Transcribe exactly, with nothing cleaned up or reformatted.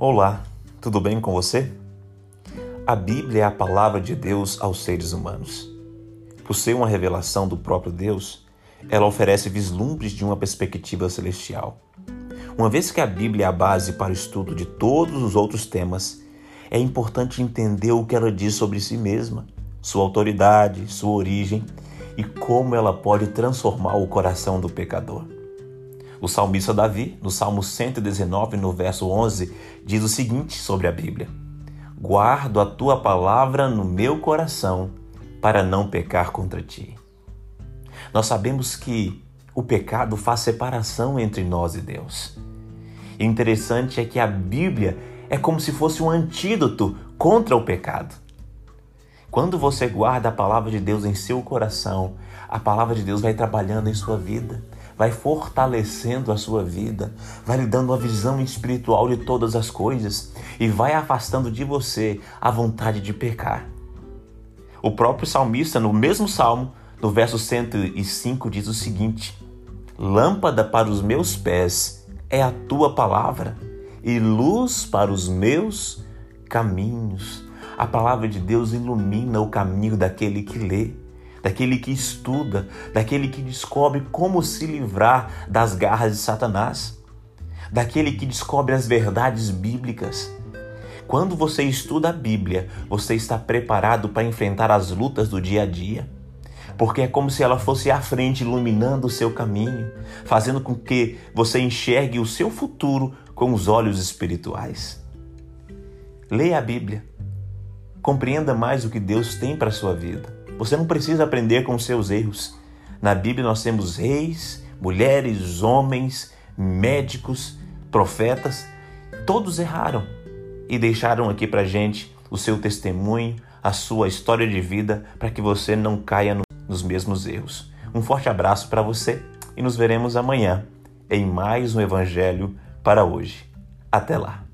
Olá, tudo bem com você? A Bíblia é a palavra de Deus aos seres humanos. Por ser uma revelação do próprio Deus, ela oferece vislumbres de uma perspectiva celestial. Uma vez que a Bíblia é a base para o estudo de todos os outros temas, é importante entender o que ela diz sobre si mesma, sua autoridade, sua origem e como ela pode transformar o coração do pecador. O salmista Davi, no Salmo cento e dezenove, no verso onze, diz o seguinte sobre a Bíblia: guardo a tua palavra no meu coração para não pecar contra ti. Nós sabemos que o pecado faz separação entre nós e Deus. E interessante é que a Bíblia é como se fosse um antídoto contra o pecado. Quando você guarda a palavra de Deus em seu coração, a palavra de Deus vai trabalhando em sua vida, vai fortalecendo a sua vida, vai lhe dando uma visão espiritual de todas as coisas e vai afastando de você a vontade de pecar. O próprio salmista, no mesmo salmo, no verso cento e cinco, diz o seguinte: lâmpada para os meus pés é a tua palavra e luz para os meus caminhos. A palavra de Deus ilumina o caminho daquele que lê, daquele que estuda, daquele que descobre como se livrar das garras de Satanás, daquele que descobre as verdades bíblicas. Quando você estuda a Bíblia, você está preparado para enfrentar as lutas do dia a dia, porque é como se ela fosse à frente, iluminando o seu caminho, fazendo com que você enxergue o seu futuro com os olhos espirituais. Leia a Bíblia. Compreenda mais o que Deus tem para a sua vida. Você não precisa aprender com os seus erros. Na Bíblia nós temos reis, mulheres, homens, médicos, profetas. Todos erraram e deixaram aqui para a gente o seu testemunho, a sua história de vida, para que você não caia nos mesmos erros. Um forte abraço para você e nos veremos amanhã em mais um Evangelho para hoje. Até lá!